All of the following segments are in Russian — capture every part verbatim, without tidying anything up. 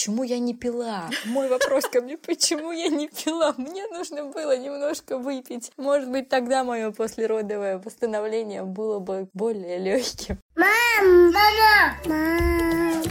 почему я не пила? Мой вопрос ко мне, почему я не пила? Мне нужно было немножко выпить. Может быть, тогда мое послеродовое восстановление было бы более легким. Мам! Мама! Мам!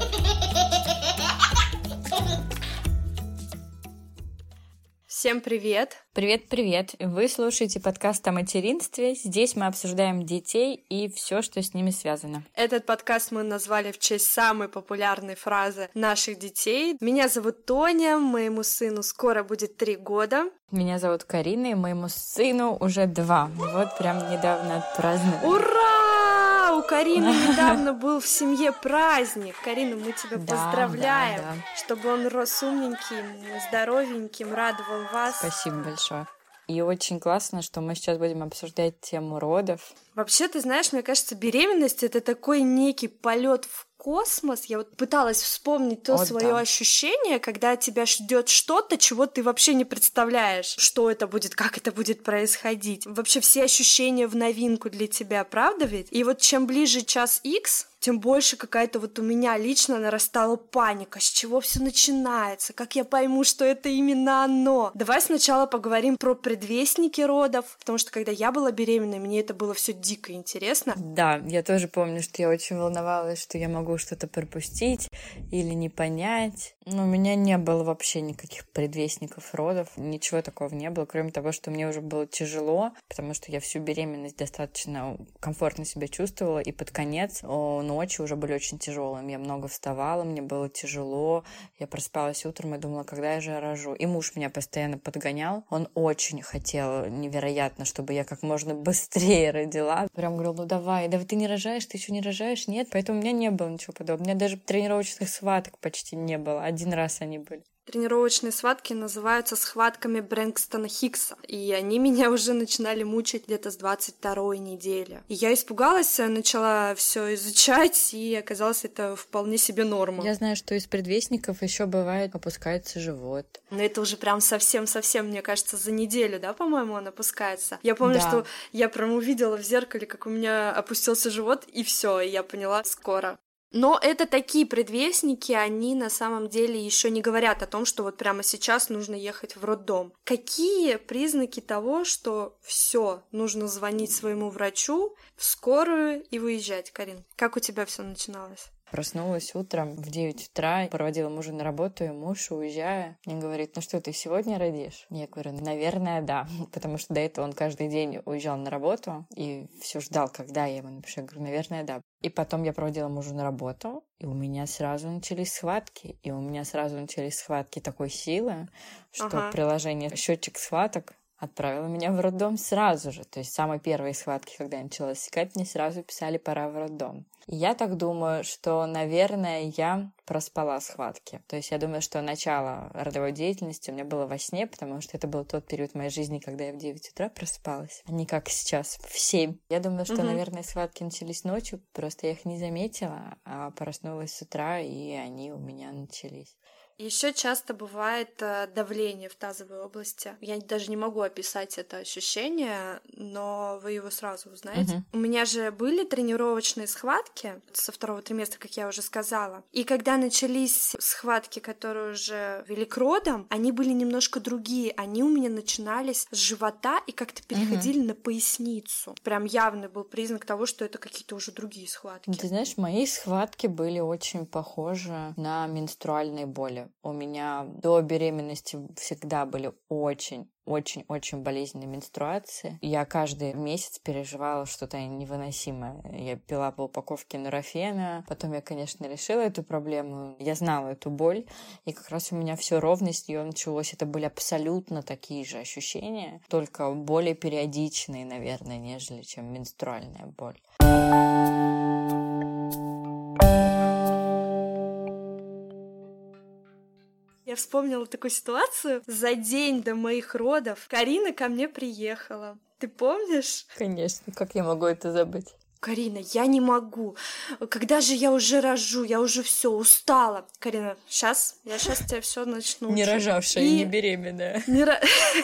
Всем привет! Привет-привет! Вы слушаете подкаст о материнстве. Здесь мы обсуждаем детей и все, что с ними связано. Этот подкаст мы назвали в честь самой популярной фразы наших детей. Меня зовут Тоня, моему сыну скоро будет три года. Меня зовут Карина, и моему сыну уже два. Вот прям недавно отпраздновали. Ура! У Карины недавно был в семье праздник. Карина, мы тебя Да, поздравляем, да, да. чтобы он рос умненьким, здоровеньким, радовал вас. Спасибо большое. И очень классно, что мы сейчас будем обсуждать тему родов. Вообще, ты знаешь, мне кажется, беременность — это такой некий полет в космос. Я вот пыталась вспомнить то О, свое да. ощущение, когда тебя ждет что-то, чего ты вообще не представляешь, что это будет, как это будет происходить. Вообще все ощущения в новинку для тебя, правда ведь? И вот чем ближе час икс, тем больше какая-то вот у меня лично нарастала паника, с чего все начинается, как я пойму, что это именно оно. Давай сначала поговорим про предвестники родов, потому что когда я была беременной, мне это было все дико интересно. Да, я тоже помню, что я очень волновалась, что я могу что-то пропустить или не понять. Но у меня не было вообще никаких предвестников родов, ничего такого не было, кроме того, что мне уже было тяжело, потому что я всю беременность достаточно комфортно себя чувствовала, и под конец о, ночи уже были очень тяжелыми. Я много вставала, мне было тяжело, я проспалась утром и думала, когда я же рожу. И муж меня постоянно подгонял, он очень хотел невероятно, чтобы я как можно быстрее родила. Прям говорил, ну давай, да ты не рожаешь, ты еще не рожаешь, нет, поэтому у меня не было ничего подобного. У меня даже тренировочных схваток почти не было, один раз они были. Тренировочные схватки называются схватками Брэнкстона-Хиггса, и они меня уже начинали мучить где-то с двадцать второй недели. И я испугалась, начала все изучать, и оказалось, это вполне себе норма. Я знаю, что из предвестников еще бывает опускается живот. Но это уже прям совсем-совсем, мне кажется, за неделю, да, по-моему, он опускается. Я помню, Да. что я прям увидела в зеркале, как у меня опустился живот, и все, и я поняла, скоро. Но это такие предвестники, они на самом деле еще не говорят о том, что вот прямо сейчас нужно ехать в роддом. Какие признаки того, что все нужно звонить своему врачу в скорую и выезжать, Карин? Как у тебя все начиналось? Проснулась утром в девять утра, проводила мужа на работу, и муж, уезжая, мне говорит, ну что, ты сегодня родишь? Я говорю, наверное, да, потому что до этого он каждый день уезжал на работу и все ждал, когда я ему напишу. Я говорю, наверное, да. И потом я проводила мужа на работу, и у меня сразу начались схватки, и у меня сразу начались схватки такой силы, что Ага. приложение «Счетчик схваток» отправила меня в роддом сразу же. То есть самые первые схватки, когда я начала секать, мне сразу писали «пора в роддом». И я так думаю, что, наверное, я проспала схватки. То есть я думаю, что начало родовой деятельности у меня было во сне, потому что это был тот период моей жизни, когда я в девять утра просыпалась, а не как сейчас, в семь. Я думаю, что, Мгм. наверное, схватки начались ночью, просто я их не заметила, а проснулась с утра, и они у меня начались. Еще часто бывает э, давление в тазовой области. Я даже не могу описать это ощущение, но вы его сразу узнаете. Мгм. У меня же были тренировочные схватки со второго триместра, как я уже сказала. И когда начались схватки, которые уже вели к родам, они были немножко другие. Они у меня начинались с живота и как-то переходили на поясницу. Прям явный был признак того, что это какие-то уже другие схватки. Ты знаешь, мои схватки были очень похожи на менструальные боли. У меня до беременности всегда были очень очень-очень болезненные менструации. Я каждый месяц переживала что-то невыносимое. Я пила по упаковке нурофена. Потом я, конечно, решила эту проблему. Я знала эту боль. И как раз у меня все ровно с нее началось. Это были абсолютно такие же ощущения, только более периодичные, наверное, нежели чем менструальная боль. Я вспомнила такую ситуацию. За день до моих родов Карина ко мне приехала. Ты помнишь? Конечно, как я могу это забыть? Карина, я не могу. Когда же я уже рожу? Я уже все устала. Карина, сейчас, я сейчас тебя все начну. Не рожавшая, и... не беременная. Не ро...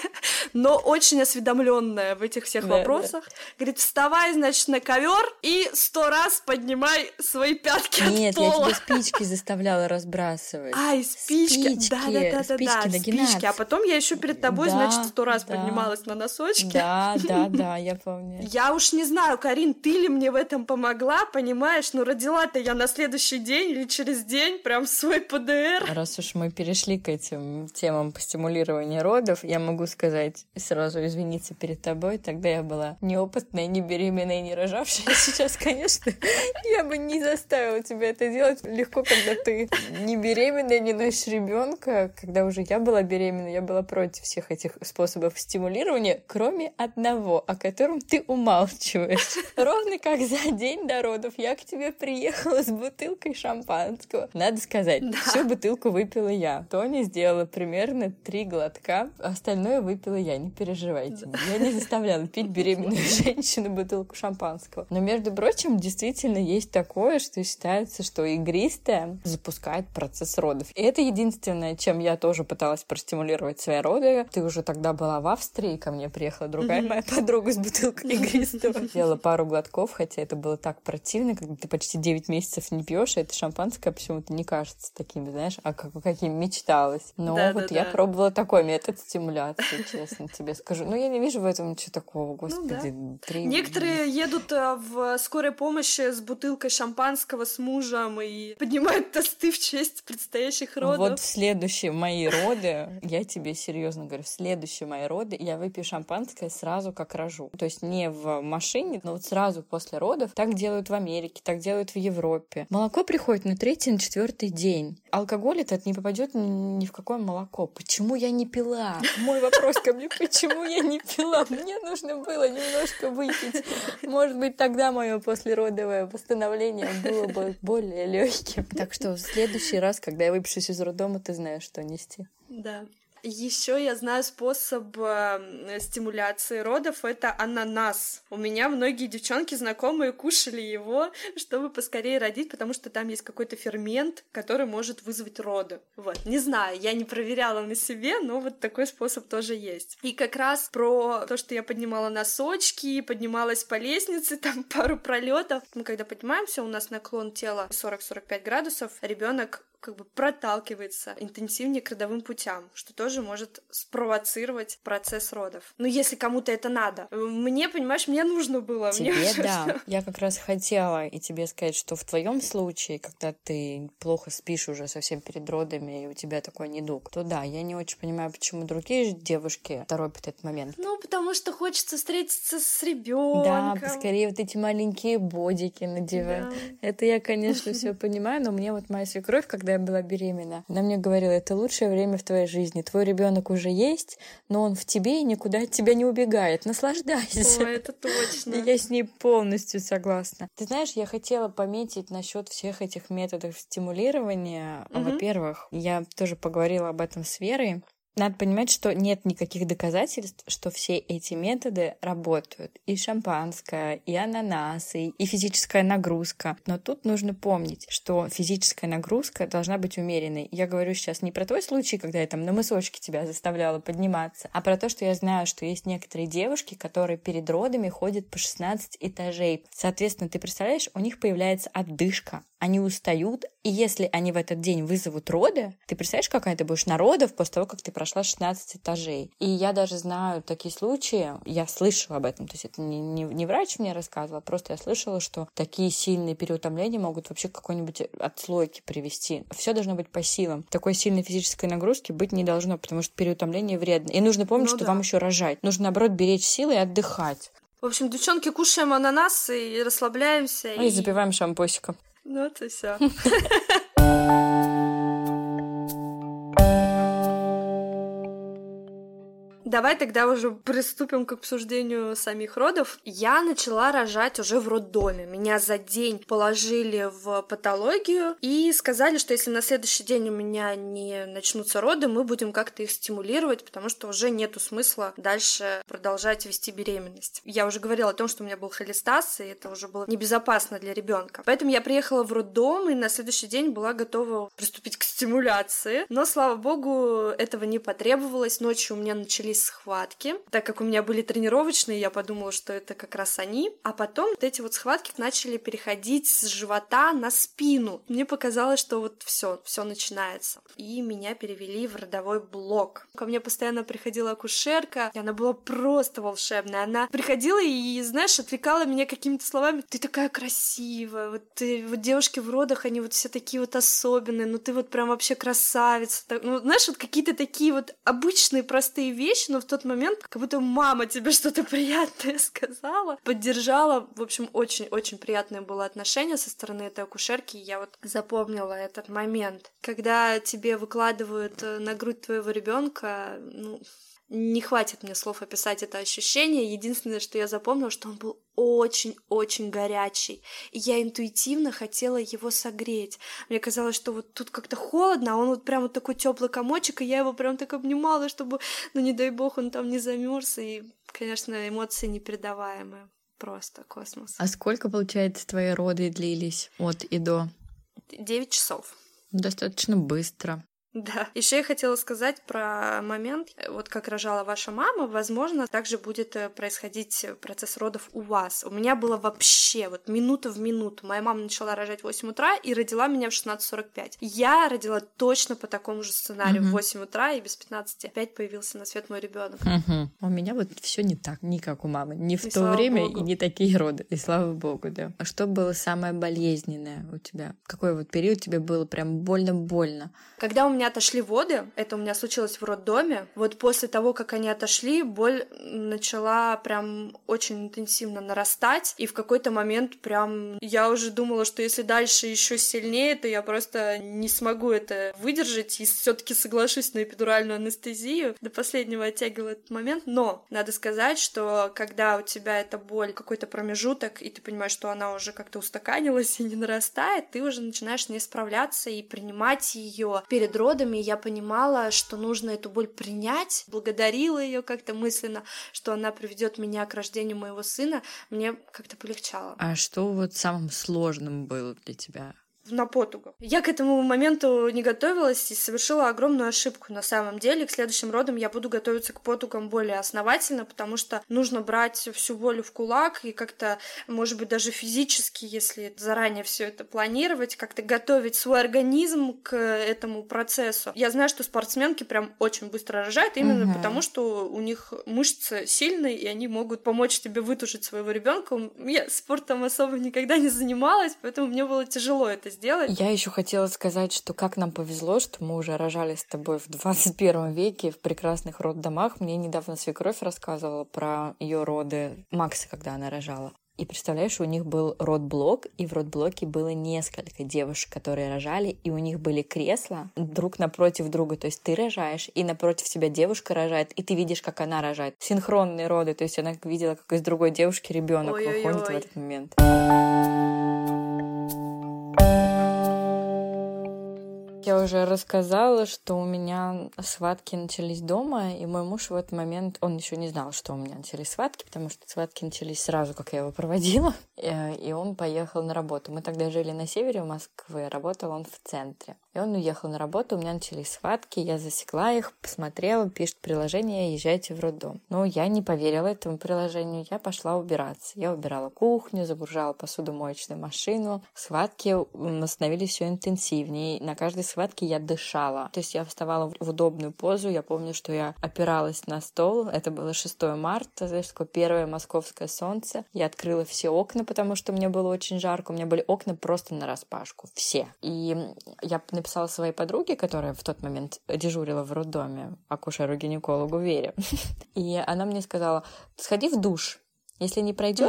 Но очень осведомленная в этих всех да, вопросах. Да. Говорит, вставай, значит, на ковер и сто раз поднимай свои пятки Нет, от пола. Нет, я тебя спички заставляла разбрасывать. А, и спички. Спички, да, да, да, спички, да, да, спички. А потом я еще перед тобой, да, значит, сто раз да. поднималась на носочки. Да, да, да, я помню. Я уж не знаю, Карин, ты ли мне в этом помогла, понимаешь? Ну, родила-то я на следующий день или через день прям свой ПДР. Раз уж мы перешли к этим темам по стимулированию родов, я могу сказать, сразу извиниться перед тобой. Тогда я была неопытная, не беременная, не рожавшая. Сейчас, конечно, я бы не заставила тебя это делать. Легко, когда ты не беременная, не носишь ребенка. Когда уже я была беременна, я была против всех этих способов стимулирования, кроме одного, о котором ты умалчиваешь. Ровно как за день до родов я к тебе приехала с бутылкой шампанского. Надо сказать, да. Всю бутылку выпила я. Тоня сделала примерно три глотка, остальное выпила я, не переживайте. Да. Я не заставляла пить беременную женщину бутылку шампанского. Но, между прочим, действительно есть такое, что считается, что игристое запускает процесс родов. И это единственное, чем я тоже пыталась простимулировать свои роды. Ты уже тогда была в Австрии, ко мне приехала другая mm-hmm. моя подруга с бутылкой игристого. Сделала пару глотков, хотя это было так противно, когда ты почти девять месяцев не пьешь, и это шампанское почему-то не кажется таким, знаешь, а как, каким мечталось. Но да, вот да, я да. пробовала такой метод стимуляции, честно тебе скажу. Ну, я не вижу в этом ничего такого, господи. Ну, да. три... Некоторые едут в скорой помощи с бутылкой шампанского с мужем и поднимают тосты в честь предстоящих родов. Вот в следующие мои роды, я тебе серьезно говорю, в следующие мои роды я выпью шампанское сразу как рожу. То есть не в машине, но вот сразу после родов. Так делают в Америке, так делают в Европе. Молоко приходит на третий, на четвертый день. Алкоголь этот не попадет ни в какое молоко. Почему я не пила? Мой вопрос ко мне, почему я не пила? Мне нужно было немножко выпить. Может быть, тогда мое послеродовое восстановление было бы более легким. Так что в следующий раз, когда я выпишусь из роддома, ты знаешь, что нести. Да. Еще я знаю способ э, стимуляции родов — это ананас. У меня многие девчонки знакомые кушали его, чтобы поскорее родить, потому что там есть какой-то фермент, который может вызвать роды. Вот, не знаю, я не проверяла на себе, но вот такой способ тоже есть. И как раз про то, что я поднимала носочки, поднималась по лестнице, там пару пролетов. Мы когда поднимаемся, у нас наклон тела сорок - сорок пять градусов, ребенок как бы проталкивается интенсивнее к родовым путям, что тоже может спровоцировать процесс родов. Ну, если кому-то это надо. Мне, понимаешь, мне нужно было. Тебе, мне да. Что... Я как раз хотела и тебе сказать, что в твоем случае, когда ты плохо спишь уже совсем перед родами, и у тебя такой недуг, то да, я не очень понимаю, почему другие девушки торопят этот момент. Ну, потому что хочется встретиться с ребенком. Да, поскорее вот эти маленькие бодики надевать. Да. Это я, конечно, все понимаю, но мне вот моя свекровь, когда я была беременна, она мне говорила, это лучшее время в твоей жизни. Твой ребенок уже есть, но он в тебе и никуда от тебя не убегает. Наслаждайся. О, это точно. Я с ней полностью согласна. Ты знаешь, я хотела пометить насчет всех этих методов стимулирования. Угу. Во-первых, я тоже поговорила об этом с Верой. Надо понимать, что нет никаких доказательств, что все эти методы работают. И шампанское, и ананасы, и физическая нагрузка. Но тут нужно помнить, что физическая нагрузка должна быть умеренной. Я говорю сейчас не про твой случай, когда я там на мысочке тебя заставляла подниматься, а про то, что я знаю, что есть некоторые девушки, которые перед родами ходят по шестнадцать этажей. Соответственно, ты представляешь, у них появляется отдышка. Они устают, и если они в этот день вызовут роды, ты представляешь, какая ты будешь на родах после того, как ты прошла шестнадцать этажей. И я даже знаю такие случаи, я слышала об этом, то есть это не, не, не врач мне рассказывал, просто я слышала, что такие сильные переутомления могут вообще к какой-нибудь отслойке привести. Все должно быть по силам. Такой сильной физической нагрузки быть не должно, потому что переутомление вредно. И нужно помнить, ну, что да. вам еще рожать. Нужно, наоборот, беречь силы и отдыхать. В общем, девчонки, кушаем ананасы и расслабляемся. И, и запиваем шампусиком. Ну, это все. Давай тогда уже приступим к обсуждению самих родов. Я начала рожать уже в роддоме. Меня за день положили в патологию и сказали, что если на следующий день у меня не начнутся роды, мы будем как-то их стимулировать, потому что уже нету смысла дальше продолжать вести беременность. Я уже говорила о том, что у меня был холестаз, и это уже было небезопасно для ребенка. Поэтому я приехала в роддом и на следующий день была готова приступить к стимуляции. Но, слава богу, этого не потребовалось. Ночью у меня начались схватки. Так как у меня были тренировочные, я подумала, что это как раз они. А потом вот эти вот схватки начали переходить с живота на спину. Мне показалось, что вот все, все начинается. И меня перевели в родовой блок. Ко мне постоянно приходила акушерка, и она была просто волшебная. Она приходила и, знаешь, отвлекала меня какими-то словами. Ты такая красивая, вот, ты, вот девушки в родах, они вот все такие вот особенные, ну ты вот прям вообще красавица. Ну, знаешь, вот какие-то такие вот обычные простые вещи, но в тот момент как будто мама тебе что-то приятное сказала, поддержала. В общем, очень-очень приятное было отношение со стороны этой акушерки, и я вот запомнила этот момент. Когда тебе выкладывают на грудь твоего ребенка, ну, не хватит мне слов описать это ощущение. Единственное, что я запомнила, что он был очень-очень горячий, и я интуитивно хотела его согреть. Мне казалось, что вот тут как-то холодно, а он вот прям вот такой теплый комочек, и я его прям так обнимала, чтобы, ну не дай бог, он там не замерз. И, конечно, эмоции непередаваемые. Просто космос. А сколько, получается, твои роды длились от и до? Девять часов. Достаточно быстро. Да. Еще я хотела сказать про момент, вот как рожала ваша мама, возможно, также будет происходить процесс родов у вас. У меня было вообще вот минута в минуту. Моя мама начала рожать в восемь утра и родила меня в шестнадцать сорок пять. Я родила точно по такому же сценарию. Uh-huh. В восемь утра, и без пятнадцати опять появился на свет мой ребенок. Uh-huh. У меня вот все не так, не как у мамы. Не в и то время Богу. И не такие роды. И слава богу, да. А что было самое болезненное у тебя? Какой вот период тебе было прям больно-больно? Когда у меня отошли воды, это у меня случилось в роддоме, вот после того, как они отошли, боль начала прям очень интенсивно нарастать, и в какой-то момент прям я уже думала, что если дальше еще сильнее, то я просто не смогу это выдержать и все-таки соглашусь на эпидуральную анестезию. До последнего оттягивала этот момент, но надо сказать, что когда у тебя эта боль, какой-то промежуток, и ты понимаешь, что она уже как-то устаканилась и не нарастает, ты уже начинаешь с ней справляться и принимать ее перед родами. Я понимала, что нужно эту боль принять, благодарила ее как-то мысленно, что она приведет меня к рождению моего сына, мне как-то полегчало. А что вот самым сложным было для тебя? На потугу. Я к этому моменту не готовилась и совершила огромную ошибку. На самом деле, к следующим родам я буду готовиться к потугам более основательно, потому что нужно брать всю волю в кулак и как-то, может быть, даже физически, если заранее все это планировать, как-то готовить свой организм к этому процессу. Я знаю, что спортсменки прям очень быстро рожают, именно угу. потому, что у них мышцы сильные, и они могут помочь тебе вытушить своего ребенка. Я спортом особо никогда не занималась, поэтому мне было тяжело это сделать. Я еще хотела сказать, что как нам повезло, что мы уже рожали с тобой в двадцать первом веке в прекрасных роддомах. Мне недавно свекровь рассказывала про ее роды Макса, когда она рожала. И представляешь, у них был родблок, и в родблоке было несколько девушек, которые рожали, и у них были кресла друг напротив друга. То есть ты рожаешь, и напротив тебя девушка рожает, и ты видишь, как она рожает. Синхронные роды, то есть она видела, как из другой девушки ребенок выходит в этот момент. Я уже рассказала, что у меня схватки начались дома, и мой муж в этот момент, он еще не знал, что у меня начались схватки, потому что схватки начались сразу, как я его проводила, и он поехал на работу. Мы тогда жили на севере Москвы, работал он в центре. И он уехал на работу, у меня начались схватки, я засекла их, посмотрела, пишет приложение «Езжайте в роддом». Но я не поверила этому приложению, я пошла убираться. Я убирала кухню, загружала посудомоечную машину. Схватки становились все интенсивнее, на каждой схватке я дышала. То есть я вставала в удобную позу, я помню, что я опиралась на стол, это было шестое марта, знаешь, такое первое московское солнце. Я открыла все окна, потому что мне было очень жарко, у меня были окна просто нараспашку, все. И я написала своей подруге, которая в тот момент дежурила в роддоме, акушеру-гинекологу Вере. И она мне сказала: сходи в душ. Если не пройдет, угу.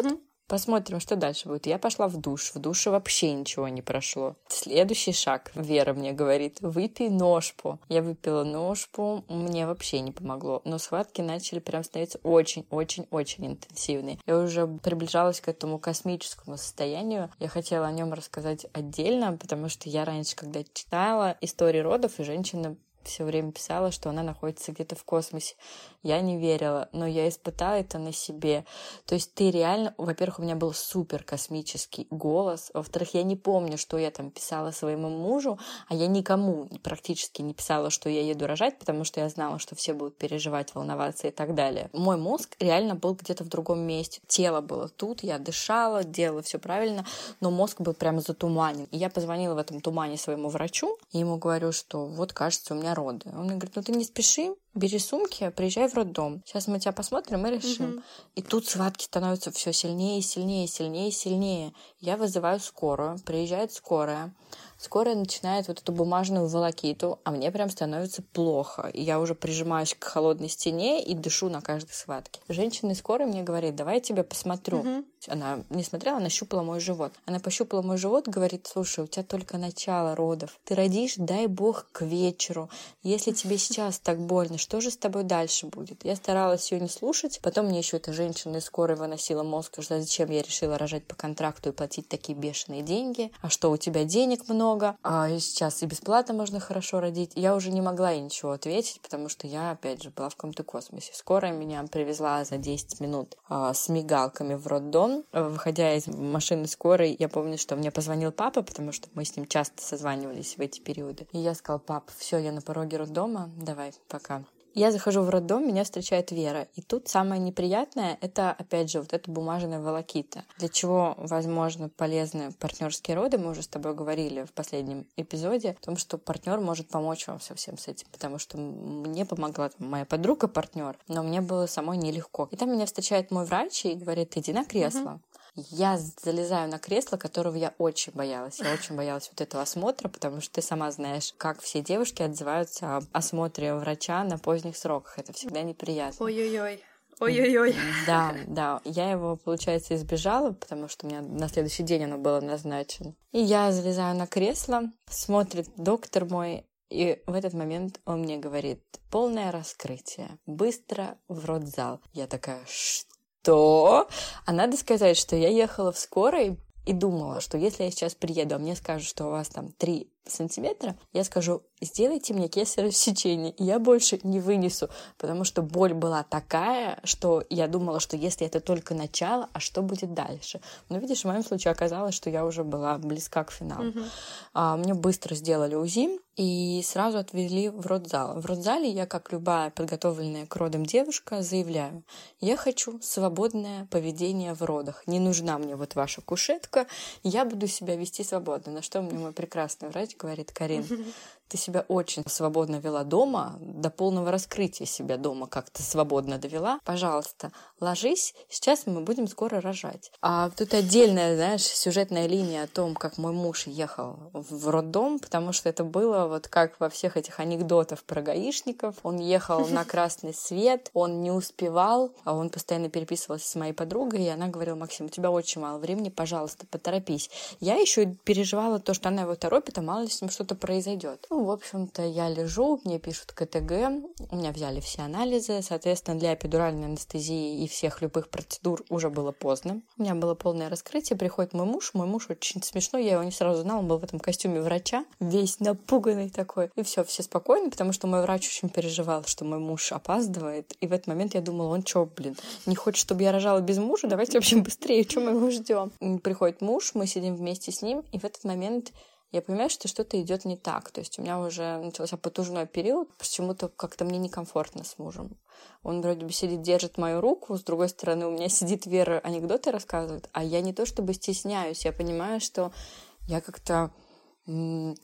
Посмотрим, что дальше будет. Я пошла в душ. В душе вообще ничего не прошло. Следующий шаг. Вера мне говорит, выпей ношпу. Я выпила ношпу, мне вообще не помогло. Но схватки начали прям становиться очень-очень-очень интенсивные. Я уже приближалась к этому космическому состоянию. Я хотела о нем рассказать отдельно, потому что я раньше, когда читала истории родов, и женщина все время писала, что она находится где-то в космосе. Я не верила, но я испытала это на себе. То есть ты реально... Во-первых, у меня был супер космический голос. Во-вторых, я не помню, что я там писала своему мужу, а я никому практически не писала, что я еду рожать, потому что я знала, что все будут переживать, волноваться и так далее. Мой мозг реально был где-то в другом месте. Тело было тут, я дышала, делала все правильно, но мозг был прямо затуманен. И я позвонила в этом тумане своему врачу, и ему говорю, что вот, кажется, у меня роды. Он мне говорит, ну ты не спеши, бери сумки, приезжай в роддом. Сейчас мы тебя посмотрим и решим. Mm-hmm. И тут схватки становятся все сильнее, сильнее, сильнее, сильнее. Я вызываю скорую, приезжает скорая. Скорая начинает вот эту бумажную волокиту, а мне прям становится плохо. И я уже прижимаюсь к холодной стене и дышу на каждой схватке. Женщина из скорой мне говорит, давай я тебя посмотрю. Mm-hmm. Она не смотрела, она щупала мой живот. Она пощупала мой живот, говорит, слушай, у тебя только начало родов. Ты родишь, дай бог, к вечеру. Если тебе сейчас так больно, что же с тобой дальше будет? Я старалась ее не слушать. Потом мне еще эта женщина из скорой выносила мозг, что зачем я решила рожать по контракту и платить такие бешеные деньги. А что, у тебя денег много? А сейчас и бесплатно можно хорошо родить. Я уже не могла ей ничего ответить, потому что я, опять же, была в каком-то космосе. Скорая меня привезла за десять минут а, с мигалками в роддом. Выходя из машины скорой, я помню, что мне позвонил папа, потому что мы с ним часто созванивались в эти периоды. И я сказала, пап, все, я на пороге роддома, давай, пока. Я захожу в роддом, меня встречает Вера. И тут самое неприятное — это, опять же, вот эта бумажная волокита. Для чего, возможно, полезны партнерские роды, мы уже с тобой говорили в последнем эпизоде, о том, что партнер может помочь вам совсем с этим, потому что мне помогла там, моя подруга-партнер, но мне было самой нелегко. И там меня встречает мой врач и говорит, иди на кресло. Я залезаю на кресло, которого я очень боялась. Я очень боялась вот этого осмотра, потому что ты сама знаешь, как все девушки отзываются об осмотре врача на поздних сроках. Это всегда неприятно. Ой-ой-ой. Ой-ой-ой. Да, да. Я его, получается, избежала, потому что у меня на следующий день оно было назначено. И я залезаю на кресло, смотрит доктор мой, и в этот момент он мне говорит, полное раскрытие, быстро в родзал. Я такая, что? То, а надо сказать, что я ехала в скорой и думала, что если я сейчас приеду, а мне скажут, что у вас там три сантиметра, я скажу, сделайте мне кесарево сечение, и я больше не вынесу, потому что боль была такая, что я думала, что если это только начало, а что будет дальше? Но, видишь, в моем случае оказалось, что я уже была близка к финалу. Mm-hmm. А, мне быстро сделали УЗИ и сразу отвезли в родзал. В родзале я, как любая подготовленная к родам девушка, заявляю, я хочу свободное поведение в родах. Не нужна мне вот ваша кушетка, я буду себя вести свободно. На что мне мой прекрасный врач говорит, Карин, ты себя очень свободно вела дома, до полного раскрытия себя дома как-то свободно довела. Пожалуйста, ложись, сейчас мы будем скоро рожать. А тут отдельная, знаешь, сюжетная линия о том, как мой муж ехал в роддом, потому что это было вот как во всех этих анекдотах про гаишников. Он ехал на красный свет, он не успевал, а он постоянно переписывался с моей подругой, и она говорила, Максим, у тебя очень мало времени, пожалуйста, поторопись. Я еще и переживала то, что она его торопит, а мало ли с ним что-то произойдет. Ну, в общем-то, я лежу, мне пишут КТГ, у меня взяли все анализы, соответственно, для эпидуральной анестезии и всех любых процедур уже было поздно. У меня было полное раскрытие, приходит мой муж, мой муж очень смешной, я его не сразу знала, он был в этом костюме врача, весь напуганный такой. И все, все спокойно, потому что мой врач очень переживал, что мой муж опаздывает, и в этот момент я думала, он что, блин, не хочет, чтобы я рожала без мужа? Давайте вообще быстрее, что мы его ждем? Приходит муж, мы сидим вместе с ним, и в этот момент я понимаю, что что-то идет не так. То есть у меня уже начался потужной период, почему-то как-то мне некомфортно с мужем. Он вроде бы сидит, держит мою руку, с другой стороны у меня сидит Вера, анекдоты рассказывает, а я не то чтобы стесняюсь, я понимаю, что я как-то м-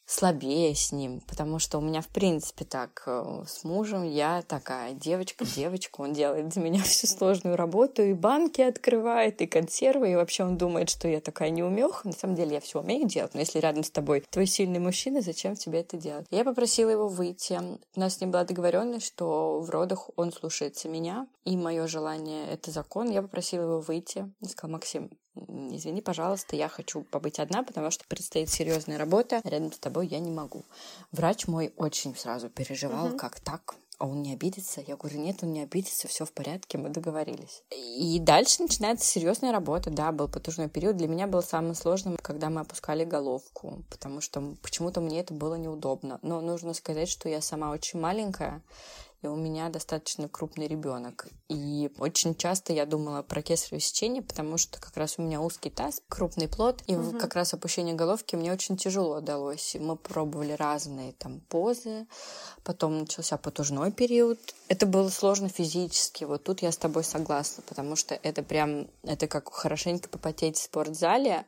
слабее с ним, потому что у меня, в принципе, так, с мужем я такая девочка-девочка, он делает за меня всю сложную работу, и банки открывает, и консервы, и вообще он думает, что я такая неумеха. На самом деле я все умею делать, но если рядом с тобой твой сильный мужчина, зачем тебе это делать? Я попросила его выйти. У нас с ним была договоренность, что в родах он слушается меня, и мое желание — это закон. Я попросила его выйти. Я сказала: Максим, извини, пожалуйста, я хочу побыть одна, потому что предстоит серьезная работа, рядом с тобой я не могу. Врач мой очень сразу переживал, uh-huh. как так, а он не обидится? Я говорю: нет, он не обидится, все в порядке, мы договорились. И дальше начинается серьезная работа. Да, был потужной период. Для меня было самым сложным, когда мы опускали головку, потому что почему-то мне это было неудобно. Но нужно сказать, что я сама очень маленькая, и у меня достаточно крупный ребенок. И очень часто я думала про кесарево сечение, потому что как раз у меня узкий таз, крупный плод, и угу. как раз опущение головки мне очень тяжело далось. Мы пробовали разные там позы, потом начался потужной период. Это было сложно физически. Вот тут я с тобой согласна, потому что это прям, это как хорошенько попотеть в спортзале.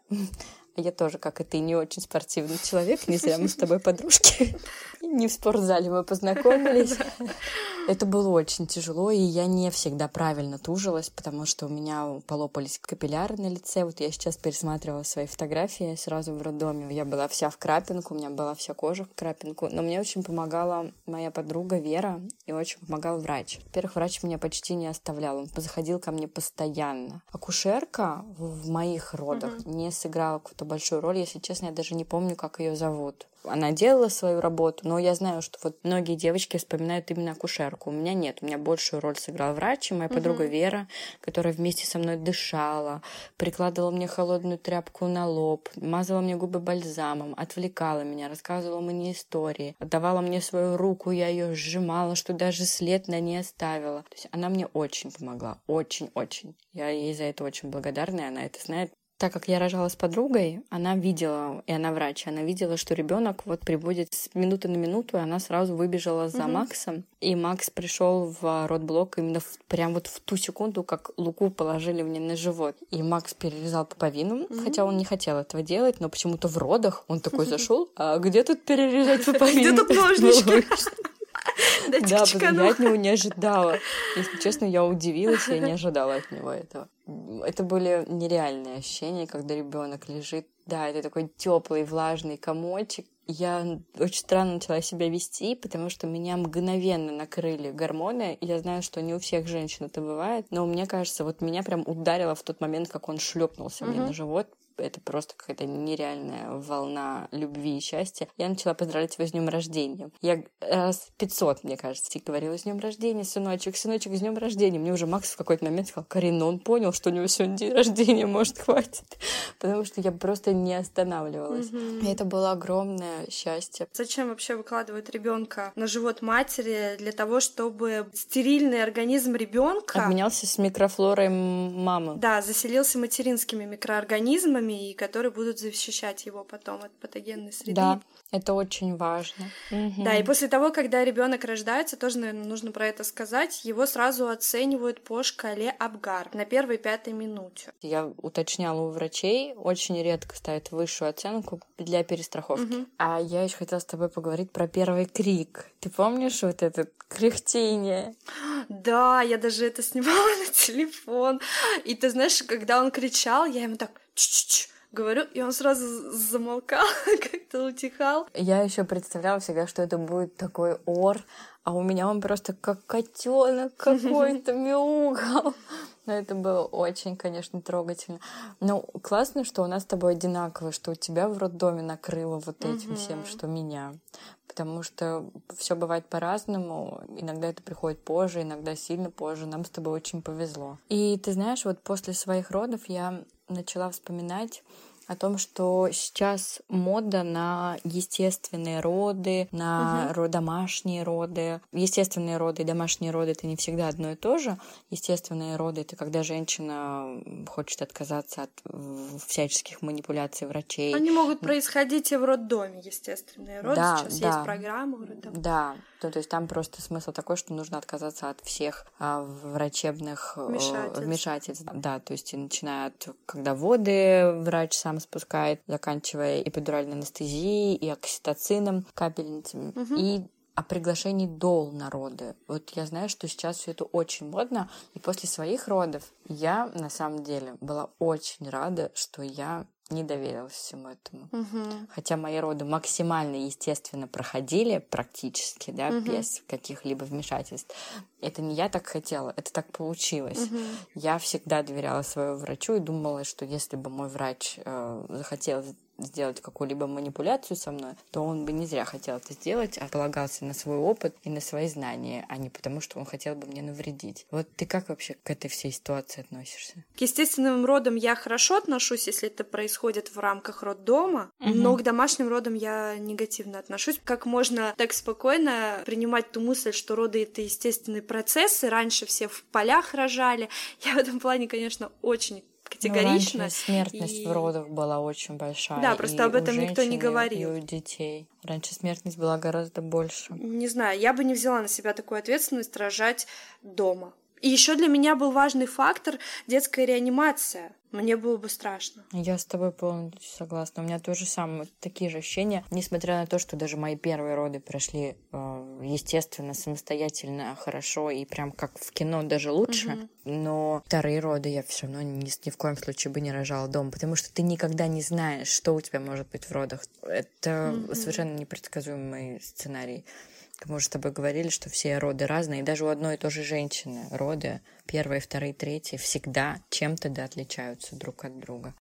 Я тоже, как и ты, не очень спортивный человек. Не зря мы с тобой подружки. Не в спортзале мы познакомились. Это было очень тяжело, и я не всегда правильно тужилась, потому что у меня полопались капилляры на лице. Вот я сейчас пересматривала свои фотографии сразу в роддоме. Я была вся в крапинку, у меня была вся кожа в крапинку. Но мне очень помогала моя подруга Вера, и очень помогал врач. Во-первых, врач меня почти не оставлял, он заходил ко мне постоянно. Акушерка в моих родах uh-huh. не сыграла какую-то большую роль. Если честно, я даже не помню, как ее зовут. Она делала свою работу, но я знаю, что вот многие девочки вспоминают именно акушерку. У меня нет, у меня большую роль сыграл врач и моя uh-huh. подруга Вера, которая вместе со мной дышала, прикладывала мне холодную тряпку на лоб, мазала мне губы бальзамом, отвлекала меня, рассказывала мне истории, отдавала мне свою руку, я ее сжимала, что даже след на ней оставила. То есть она мне очень помогла, очень-очень. Я ей за это очень благодарна, и она это знает. Так как я рожала с подругой, она видела, и она врач, она видела, что ребенок вот прибудет с минуты на минуту, и она сразу выбежала за угу. Максом. И Макс пришел в родблок именно в, прям вот в ту секунду, как Луку положили мне на живот. И Макс перерезал пуповину, угу. хотя он не хотел этого делать, но почему-то в родах он такой зашел: а где тут перерезать пуповину? Где тут ножнички? Да, потому я от него не ожидала. Если честно, я удивилась, я не ожидала от него этого. Это были нереальные ощущения, когда ребенок лежит. Да, это такой теплый, влажный комочек. Я очень странно начала себя вести, потому что меня мгновенно накрыли гормоны. Я знаю, что не у всех женщин это бывает, но мне кажется, вот меня прям ударило в тот момент, как он шлепнулся мне на живот. Это просто какая-то нереальная волна любви и счастья. Я начала поздравлять его с днем рождения. Я раз пятьсот, мне кажется, говорила: с днем рождения, сыночек, сыночек, с днем рождения. Мне уже Макс в какой-то момент сказал: Карина, он понял, что у него сегодня день рождения, может, хватит. Потому что я просто не останавливалась. Mm-hmm. И это было огромное счастье. Зачем вообще выкладывают ребенка на живот матери? Для того, чтобы стерильный организм ребенка обменялся с микрофлорой мамы. Да, заселился материнскими микроорганизмами, и которые будут защищать его потом от патогенной среды. Да, это очень важно. Угу. Да, и после того, когда ребенок рождается, тоже, наверное, нужно про это сказать, его сразу оценивают по шкале Апгар на первой-пятой минуте. Я уточняла у врачей, очень редко ставят высшую оценку для перестраховки. Угу. А я еще хотела с тобой поговорить про первый крик. Ты помнишь вот это кряхтение? Да, я даже это снимала на телефон. И ты знаешь, когда он кричал, я ему так ч-ч-ч говорю, и он сразу замолкал, как-то утихал. Я еще представляла всегда, что это будет такой ор, а у меня он просто как котенок какой-то мяукал. Но это было очень, конечно, трогательно. Но классно, что у нас с тобой одинаково, что у тебя в роддоме накрыло вот этим всем, что меня. Потому что все бывает по-разному. Иногда это приходит позже, иногда сильно позже. Нам с тобой очень повезло. И ты знаешь, вот после своих родов я начала вспоминать о том, что сейчас мода на естественные роды, на uh-huh. домашние роды. Естественные роды и домашние роды — это не всегда одно и то же. Естественные роды — это когда женщина хочет отказаться от всяческих манипуляций врачей. Они могут происходить и в роддоме, естественные роды. Да, сейчас да. есть программы роддома. Да, ну, то есть там просто смысл такой, что нужно отказаться от всех а, врачебных вмешательств. вмешательств. Да, то есть начиная от, когда воды врач сам спускает, заканчивая эпидуральной анестезией и окситоцином, капельницами. Угу. И о приглашении дол на роды. Вот я знаю, что сейчас все это очень модно, и после своих родов я, на самом деле, была очень рада, что я не доверилась всему этому. Угу. Хотя мои роды максимально естественно проходили, практически, да, угу. без каких-либо вмешательств. Это не я так хотела, это так получилось. Угу. Я всегда доверяла своему врачу и думала, что если бы мой врач э, захотел сделать какую-либо манипуляцию со мной, то он бы не зря хотел это сделать, а полагался на свой опыт и на свои знания, а не потому, что он хотел бы мне навредить. Вот ты как вообще к этой всей ситуации относишься? К естественным родам я хорошо отношусь, если это происходит в рамках роддома, угу. но к домашним родам я негативно отношусь. Как можно так спокойно принимать ту мысль, что роды — это естественные процессы, раньше все в полях рожали. Я в этом плане, конечно, очень категорично. Ну, раньше смертность и... в родах была очень большая. Да, просто об этом никто не говорил. И у детей. Раньше смертность была гораздо больше. Не знаю, я бы не взяла на себя такую ответственность рожать дома. И еще для меня был важный фактор — детская реанимация. Мне было бы страшно. Я с тобой полностью согласна. У меня тоже самые такие же ощущения. Несмотря на то, что даже мои первые роды прошли э, естественно, самостоятельно, хорошо и прям как в кино, даже лучше. Угу. Но вторые роды я все равно ни, ни в коем случае бы не рожала дома, потому что ты никогда не знаешь, что у тебя может быть в родах. Это угу. совершенно непредсказуемый сценарий. Мы уже с тобой говорили, что все роды разные, и даже у одной и той же женщины роды, первые, вторые, третьи, всегда чем-то да отличаются друг от друга.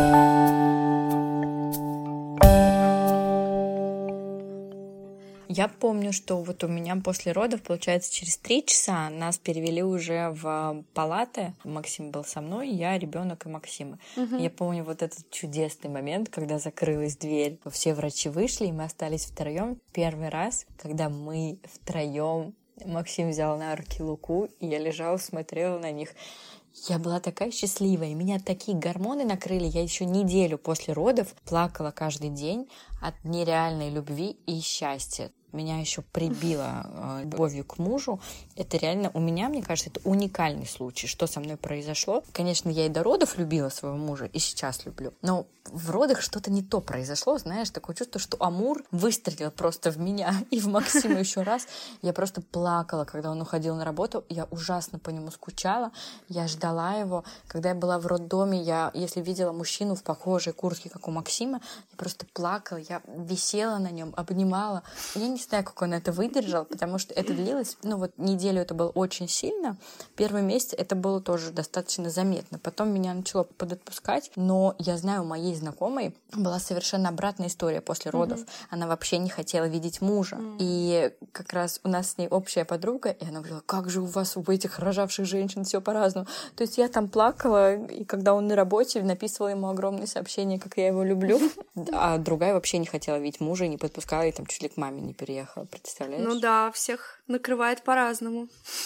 Я помню, что вот у меня после родов, получается, через три часа нас перевели уже в палаты. Максим был со мной, я, ребенок и Максим. Угу. Я помню вот этот чудесный момент, когда закрылась дверь. Все врачи вышли, и мы остались втроем. Первый раз, когда мы втроем, Максим взял на руки Луку, и я лежала, смотрела на них. Я была такая счастливая, меня такие гормоны накрыли. Я еще неделю после родов плакала каждый день от нереальной любви и счастья. Меня еще прибило э, любовью к мужу. Это реально, у меня, мне кажется, это уникальный случай, что со мной произошло. Конечно, я и до родов любила своего мужа, и сейчас люблю. Но в родах что-то не то произошло, знаешь, такое чувство, что Амур выстрелил просто в меня и в Максима еще раз. Я просто плакала, когда он уходил на работу. Я ужасно по нему скучала. Я ждала его. Когда я была в роддоме, я, если видела мужчину в похожей куртке, как у Максима, я просто плакала. Я висела на нем, обнимала. Я не знаю, как он это выдержал, потому что это длилось, ну вот неделю это было очень сильно. Первый месяц это было тоже достаточно заметно. Потом меня начало подотпускать, но я знаю, у моей знакомой была совершенно обратная история после родов. Mm-hmm. Она вообще не хотела видеть мужа. Mm-hmm. И как раз у нас с ней общая подруга, и она говорила, как же у вас, у этих рожавших женщин все по-разному. То есть я там плакала, и когда он на работе, написывала ему огромные сообщения, как я его люблю. А другая вообще не хотела видеть мужа и не подпускала, и там чуть ли к маме не переехала. Представляешь? Ну да, всех накрывает по-разному.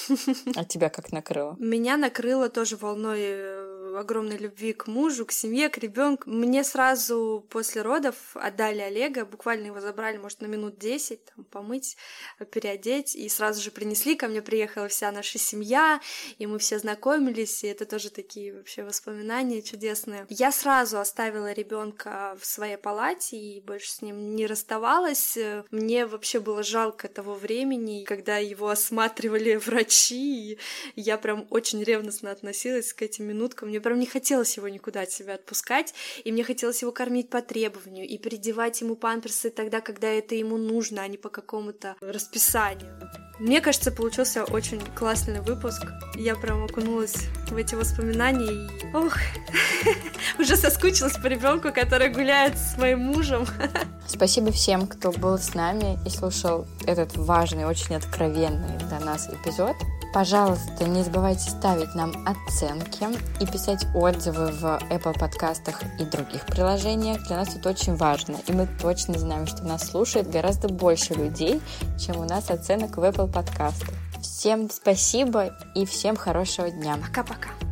А тебя как накрыло? Меня накрыло тоже волной огромной любви к мужу, к семье, к ребенку. Мне сразу после родов отдали Олега, буквально его забрали, может, на минут десять, там, помыть, переодеть, и сразу же принесли, ко мне приехала вся наша семья, и мы все знакомились, и это тоже такие вообще воспоминания чудесные. Я сразу оставила ребенка в своей палате и больше с ним не расставалась. Мне вообще было жалко того времени, когда его осматривали врачи, и я прям очень ревностно относилась к этим минуткам. Мне прям не хотелось его никуда от себя отпускать, и мне хотелось его кормить по требованию и переодевать ему памперсы тогда, когда это ему нужно, а не по какому-то расписанию. Мне кажется, получился очень классный выпуск. Я прям окунулась в эти воспоминания и... Ох, уже соскучилась по ребенку, который гуляет с моим мужем. Спасибо всем, кто был с нами и слушал этот важный, очень откровенный для нас эпизод. Пожалуйста, не забывайте ставить нам оценки и писать отзывы в Apple подкастах и других приложениях. Для нас это очень важно, и мы точно знаем, что нас слушает гораздо больше людей, чем у нас оценок в Apple подкастах. Всем спасибо и всем хорошего дня. Пока-пока.